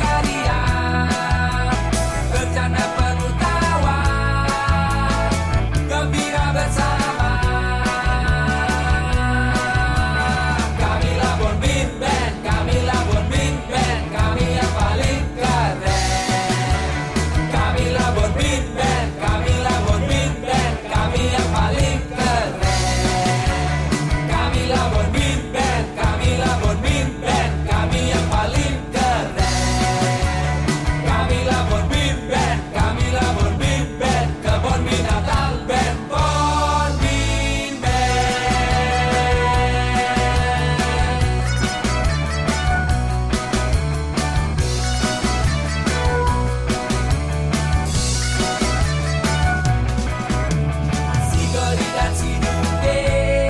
ceria, bercanda penuh tawa, gembira bersama. Kamilah Bonbin Band, Kamilah Bonbin Band, kami yang paling keren. Kamilah Bonbin Band, Kamilah Bonbin Band, kami yang paling keren. Kamilah Bonbin Band, Kamilah Bonbin Band, kami yang paling keren. Kamilah Bonbin Band, Kamilah Bonbin Band, kebun binatang band Bonbin Band. Si Gori dan si Dude,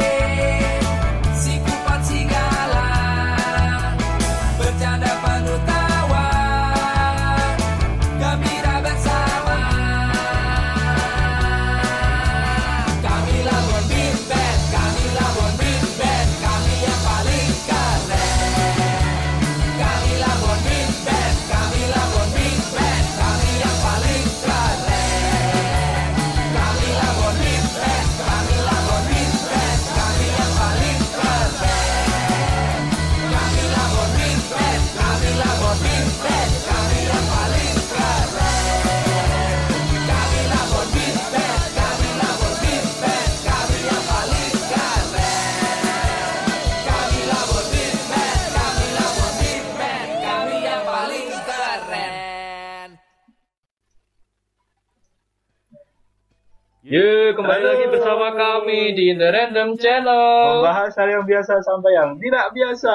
si Kupat si Gala, bercanda penuh tawa, gembira bersama. Kamilah Bonbin Band, Kamilah Bonbin Band, kami yang paling keren. Kamilah Bonbin Band, Kamilah Bonbin Band, kami yang paling keren. Kamilah Bonbin Band, Kamilah Bonbin Band, kami yang paling keren. Kamilah Bonbin Band, Kamilah Bonbin Band, kami yang paling keren. Kamilah Bonbin Band, Kamilah Bonbin Band, kami yang paling keren. Kamilah Bonbin Band, Kamilah Bonbin Band, kami yang paling keren. Yuk, kembali lagi bersama kami di The Random Channel. Membahas hal yang biasa sampai yang tidak biasa.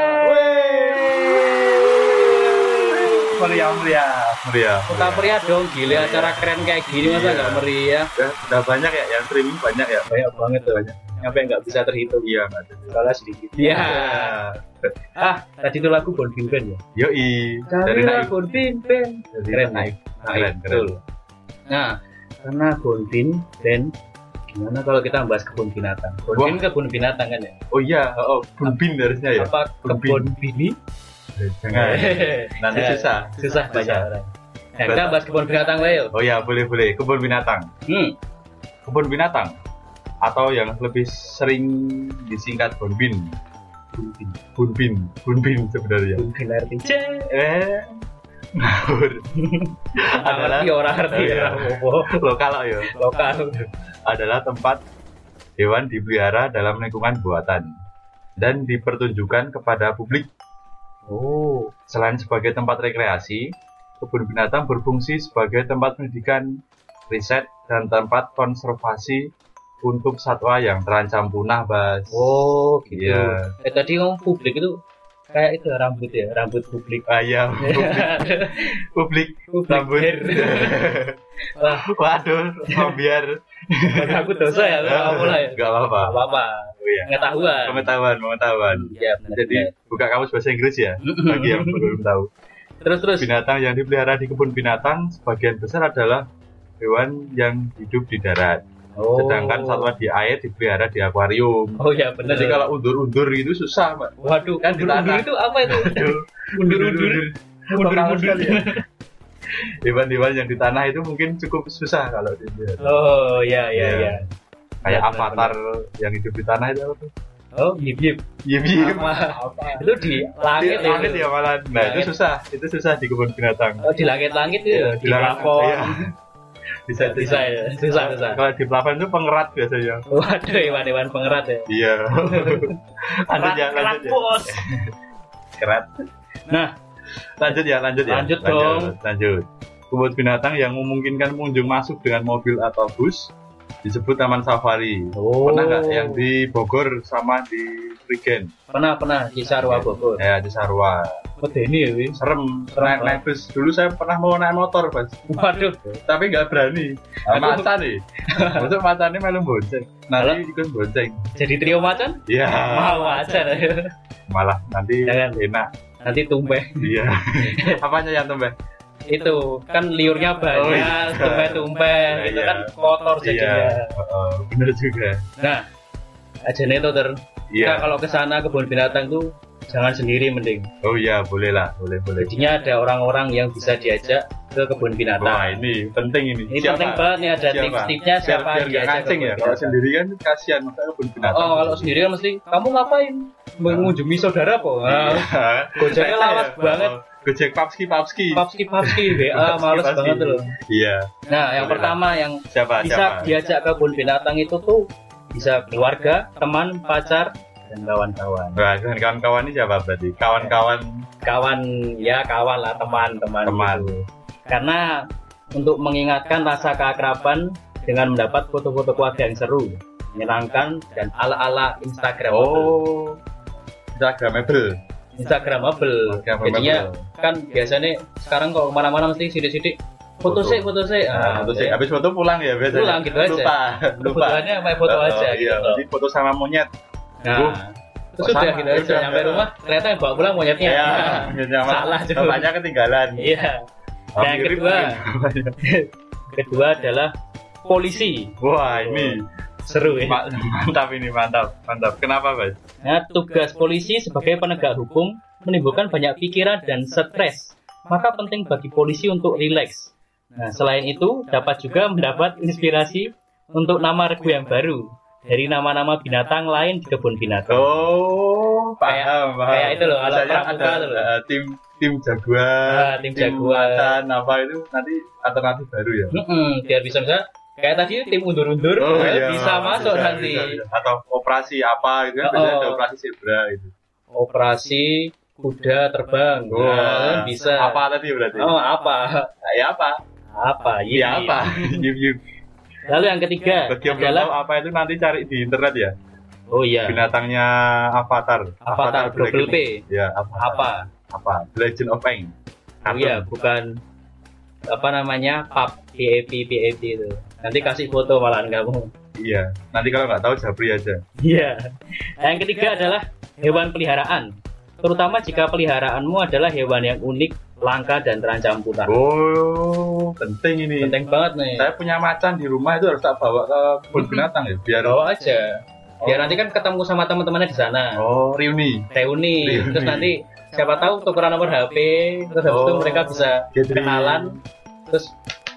Meriah. Kita meriah dong, gila acara keren kayak gini masa nggak meriah? Udah banyak ya, yang streaming banyak ya. Banyak banget tuh, sampai nggak bisa terhitung. Iya, nggak ada. Salah sedikit. Iya. Tadi itu lagu Bonbin Band ya? Yoi. Dari Kamilah Naif. Bonbin Band. Dari Keren, Naif. Naif, betul. Nah, karena Bonbin Band, gimana kalau kita bahas kebun binatang? Bonbin kebun binatang kan ya? Oh iya, Bonbin harusnya ya. Apa kebun bini? Jangan. Nanti susah. Susah banyak orang. Nah, kita bahas kebun binatang lah yuk. Oh iya, boleh. Kebun binatang. Kebun binatang atau yang lebih sering disingkat Bonbin. Bonbin sebenarnya. Bonbin artinya Ngawur. adalah orang ngerti ya. Lokal ya. Lokal. Adalah tempat hewan dipelihara dalam lingkungan buatan dan dipertunjukkan kepada publik. Oh, Selain sebagai tempat rekreasi, kebun binatang berfungsi sebagai tempat pendidikan, riset, dan tempat konservasi untuk satwa yang terancam punah, Bas. oh gitu. Iya. Tadi ngomong publik itu kayak itu rambut ya, rambut publik. Ayam publik rambut. Wah, Waduh, biar aku dosa ya, kamu lah ya. nggak apa-apa. Apa? Oh iya. Pengetahuan. Ya, Jadi buka kamus bahasa Inggris ya, bagi yang belum tahu. terus. Binatang yang dipelihara di kebun binatang sebagian besar adalah hewan yang hidup di darat. Oh. Sedangkan satwa di air dipelihara di akuarium. Oh ya benar. Jadi kalau undur-undur itu susah, Mbak. Waduh, Kan di undur tanah. itu apa itu? Undur-undur. Mundur. Hewan-hewan yang di tanah itu mungkin cukup susah kalau dipelihara. Oh ya. Kayak Benar, avatar yang hidup di tanah itu apa tuh? Oh, yip. Iya. Apa? Itu di langit ya. Langit ya malah. Nah, itu susah di kebun binatang. Oh, di langit-langit itu Iya, di plafon. iya. Bisa ya. Susah. Kalau di plafon itu pengerat biasanya. Waduh, hewan-hewan pengerat ya. Iya. lanjut ya. Bos. Kerat. Nah, Lanjut ya. Lanjut dong. Lanjut. Kebun binatang yang memungkinkan pengunjung masuk dengan mobil atau bus disebut taman safari. Oh. Pernah nggak yang di Bogor sama di Prigen? Pernah di Sarwa Bogor. Ya di Sarwa. Ini ya, Wi. Serem naik bus. Dulu saya pernah mau naik motor, Bas. Waduh. Tapi nggak berani. Macan nih. Maksud macan ini malu bonceng. Nanti ikut bonceng. Jadi trio macan? Iya. Mau macan. Malah nanti Jangan. enak. Nanti tumpeh. Iya. Apanya yang tembak? Itu kan liurnya banyak, Oh, iya. tumpeh-tumpeh, itu Iya. kan kotor jadinya. Bener juga. Nah, aja nih tuh Iya. Nah, kalau ke sana kebun binatang tuh jangan sendiri mending. Oh iya, boleh lah, boleh. Jadinya ada orang-orang yang bisa diajak ke kebun binatang. Wah, ini penting ini. Ini penting banget nih, ada tips-tipsnya siapa biar yang nggak diajak ke kancing ya. kebun Kalau binatang. sendiri kan kasihan masa kebun binatang. Oh, kalau sendiri kan mesti kamu ngapain? Mengunjungi saudara po. Gojeknya lawas banget. Gojek papski. Papski WA males banget loh. Iya. Nah, yang Boleh pertama yang Siapa? bisa diajak ke kebun binatang itu tuh bisa keluarga, teman, pacar, dan kawan-kawan. Nah, dan kawan-kawan ini siapa berarti? Kawan-kawan Kawan lah, teman-teman. teman. Gitu. Karena untuk mengingatkan rasa keakraban dengan mendapat foto-foto keluarga yang seru, menyenangkan dan ala-ala Instagram. Oh, Instagramable. Jadinya kan biasanya sekarang kalau kemana-mana mesti sidik-sidik foto sih. Habis foto pulang ya biasanya. Pulang gitu aja. Lupa. Kebutuhannya main foto aja. Iya, Gitu. jadi foto sama monyet. Nah, itu sudah gitu aja. Udah. Sampai rumah ternyata yang bawa pulang monyetnya. Iya, Salah juga. Bapaknya ketinggalan. Iya. Nah, yang Mirip kedua, mungkin. kedua adalah polisi. Wah, ini Seru ya. mantap. Kenapa, Mas? Nah, tugas polisi sebagai penegak hukum menimbulkan banyak pikiran dan stres. Maka penting bagi polisi untuk rileks. Nah, selain itu dapat juga mendapat inspirasi untuk nama regu yang baru dari nama-nama binatang lain di kebun binatang. Oh, paham. Kayak itu loh, alat Misalnya pramuka ada itu loh. tim jaguar, Tim jaguar. macan, apa itu nanti alternatif baru ya. Biar bisa kayak tadi tim undur-undur bisa masuk nanti. Bisa. Atau operasi apa gitu kan, biasanya ada operasi zebra itu. Operasi kuda terbang. Wah, bisa. Apa tadi berarti? Oh, apa? Ya apa? Apa? Ya apa? Yip. Lalu yang ketiga Bagi yang belum adalah tahu apa itu nanti cari di internet ya. oh iya, Binatangnya Avatar Double Black. P. Ya, Apa? Legend of Aang. Oh iya, bukan apa namanya? PAP itu. Nanti kasih foto malahan kamu. Iya. Nanti kalau nggak tahu japri aja. Iya. Yang ketiga adalah hewan peliharaan. Terutama jika peliharaanmu adalah hewan yang unik, langka dan terancam punah. Oh, penting ini. Penting banget nih. Saya punya macan di rumah itu harus tak bawa ke kebun binatang ya, biar Bawa aja. Biar nanti kan ketemu sama teman-temannya di sana. reuni. Terus nanti siapa tahu tukeran nomor HP, terus habis itu mereka bisa Gathering. kenalan, terus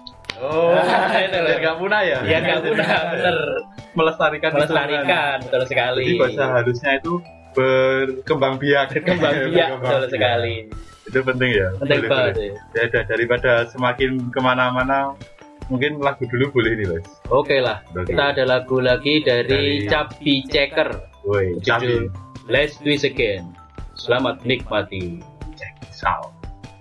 Itu biar nggak punah ya. ya nggak punah, bener. Melestarikan, Betul sekali. Jadi bahasa harusnya itu berkembang biak. Betul sekali. Itu penting ya. Penting Boleh, banget boleh. ya. Ya, daripada semakin kemana-mana, mungkin lagu dulu boleh nih, Mas. Oke lah, Oke. kita ada lagu lagi dari Dari- Chubby Checker. Woi, Judul Let's Do It Again. Selamat menikmati. check this out.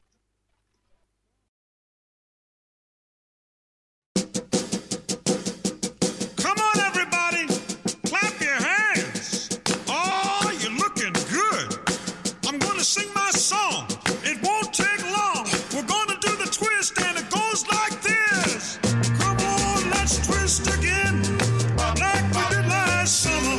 Come on, everybody, clap your hands. Oh, you're looking good. I'm gonna sing my song. It won't take long. We're gonna do the twist, and it goes like this. Come on, let's twist again, like we did last summer.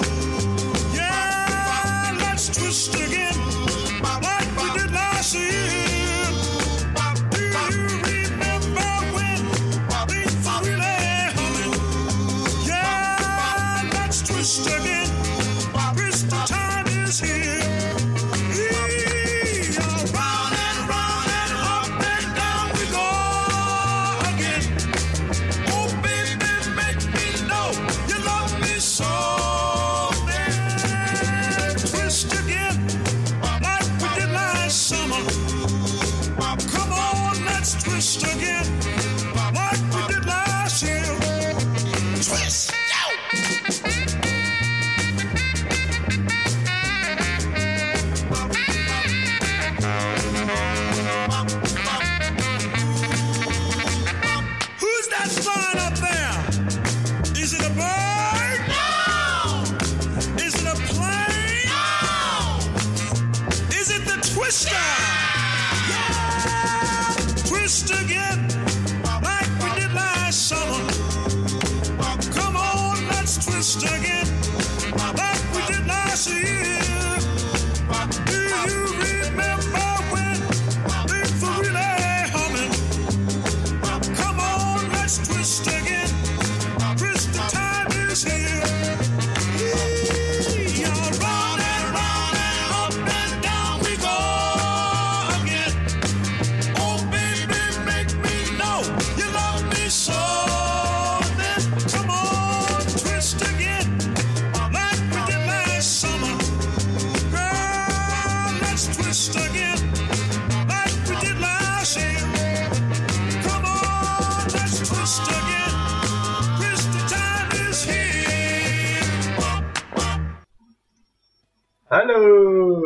Yeah, let's twist again, like we did last year. Do you remember when things were really humming? Yeah, let's twist again. Twist the time is here. Round and round and up and down we go again. Oh baby, make me know you love me so. Then twist again, like we did last summer. Come on, let's twist again, like we did last year. Twist. Who's that flying up there? Is it a bird? No. Is it a plane? No. Is it the twister? Yeah. Twist again,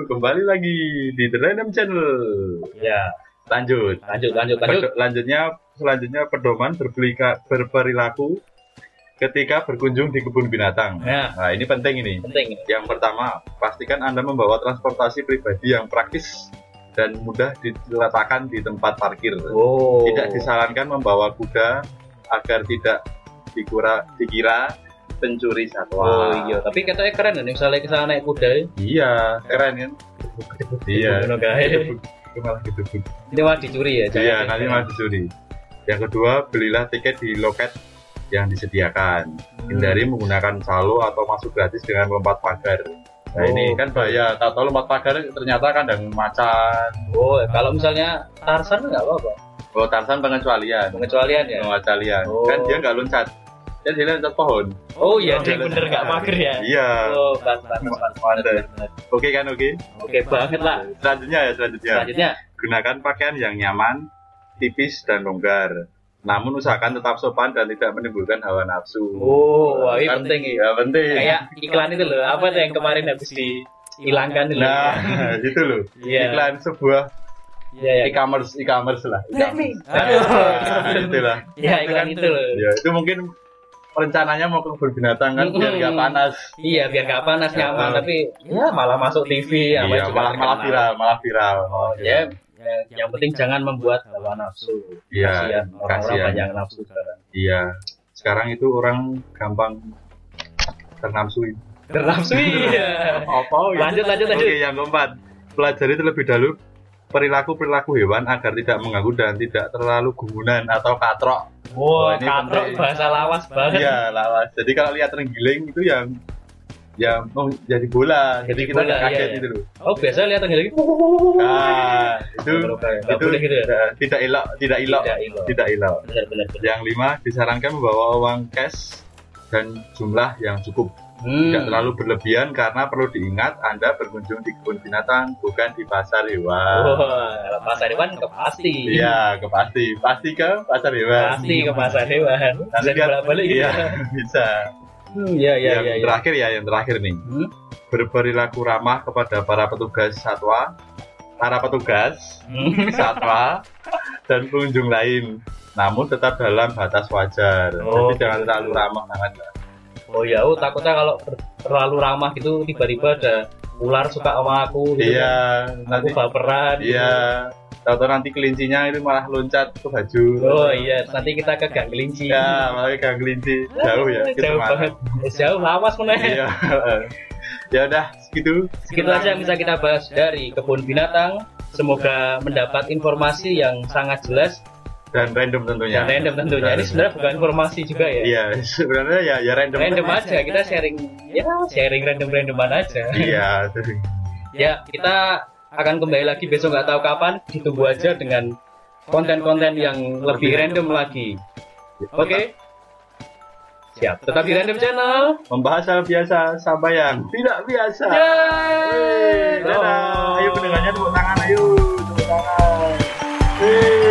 kembali lagi di The Random Channel. Ya, Lanjut. Selanjutnya pedoman berperilaku ketika berkunjung di kebun binatang. Ya. Nah, ini penting ini. Penting. Yang pertama, pastikan Anda membawa transportasi pribadi yang praktis dan mudah diletakkan di tempat parkir. Oh. Tidak disarankan membawa kuda agar tidak dikira pencuri satwa. Oh iya, tapi katanya keren nih misalnya kita naik kuda. Iya, keren kan? Iya. Ngono kae. Itu malah gitu. Ini malah dicuri ya. Iya, nanti malah dicuri. Yang kedua, belilah tiket di loket yang disediakan. Hindari menggunakan calo atau masuk gratis dengan lompat pagar. Nah, ini kan bahaya. Tahu lompat pagar ternyata kandang macan. Oh, kalau misalnya Tarzan nggak apa-apa. Oh, Tarzan pengecualian. Pengecualian ya. Pengecualian. Oh. Kan dia nggak loncat. Dia loncat pohon. Oh iya, dia bener nggak mager ya. Iya. Oh, pas. Oke kan, oke. Oke banget lah. Selanjutnya. Gunakan pakaian yang nyaman, tipis dan longgar. Namun usahakan tetap sopan dan tidak menimbulkan hawa nafsu. Oh, wah, ini Kan- penting ya. Ya, penting. Kayak iklan itu loh, apa tuh yang kemarin habis dihilangkan itu. Nah, gitu loh. Iya. Iklan sebuah Iya, e-commerce lah. Aduh. Itulah. Ya, iklan itu loh. Ya, itu mungkin rencananya mau ke kebun binatang kan biar nggak panas. Iya, biar nggak panas nyaman, tapi ya malah masuk TV, Iya, malah viral. Oh, ya, yang penting jangan membuat hawa nafsu. Iya, Kasihan, orang-orang kasihan. banyak nafsu sekarang. Iya. Sekarang itu orang gampang ternafsu. Ternafsu iya. Apa? Lanjut. Oke, yang keempat, pelajari terlebih dahulu perilaku hewan agar tidak mengganggu dan tidak terlalu gumunan atau katrok. Wah, ini katrok penting. bahasa lawas banget. Iya, lawas. Jadi kalau lihat terenggiling itu yang mau jadi bola. Jadi kita bola, nggak kaget iya. gitu loh. Oh, biasa lihat lagi. Nah, Nggak boleh gitu ya? tidak elok. Benar. Yang 5, disarankan membawa uang cash dan jumlah yang cukup. Tidak terlalu berlebihan karena perlu diingat Anda berkunjung di kebun binatang bukan di pasar hewan. Kalau pasar hewan pasti. Iya, pasti ke pasar hewan. Pasti ke pasar hewan. Bisa bolak-balik gitu. Iya, bisa. Iya. Yang terakhir nih. Berperilaku ramah kepada para petugas satwa, dan pengunjung lain. Namun tetap dalam batas wajar. Oh, Jadi jangan terlalu ramah banget. Oh ya, takutnya kalau terlalu ramah gitu tiba-tiba ada ular suka sama aku gitu. Iya, Aku nanti baperan. iya. Tahu nanti kelincinya itu malah loncat ke baju. Oh iya, nanti kita ke gang kelinci. Ya, malah gang kelinci jauh ya. Jauh banget. Jauh lawas mana. Iya. Ya udah, segitu. Segitu aja yang bisa kita bahas dari kebun binatang. Semoga mendapat informasi yang sangat jelas Dan random tentunya. Ini sebenarnya bukan informasi juga ya. Iya, sebenarnya ya random. Random aja, kita sharing random-randoman aja. Iya. Ya, kita akan kembali lagi besok nggak tahu kapan. Ditunggu aja dengan konten-konten yang lebih random lagi. Oke? Siap. Tetap di Random Channel. Membahas hal biasa sampai yang tidak biasa. Yeay. Dadah. Ayo pendengarnya tepuk tangan, ayo. Tepuk tangan.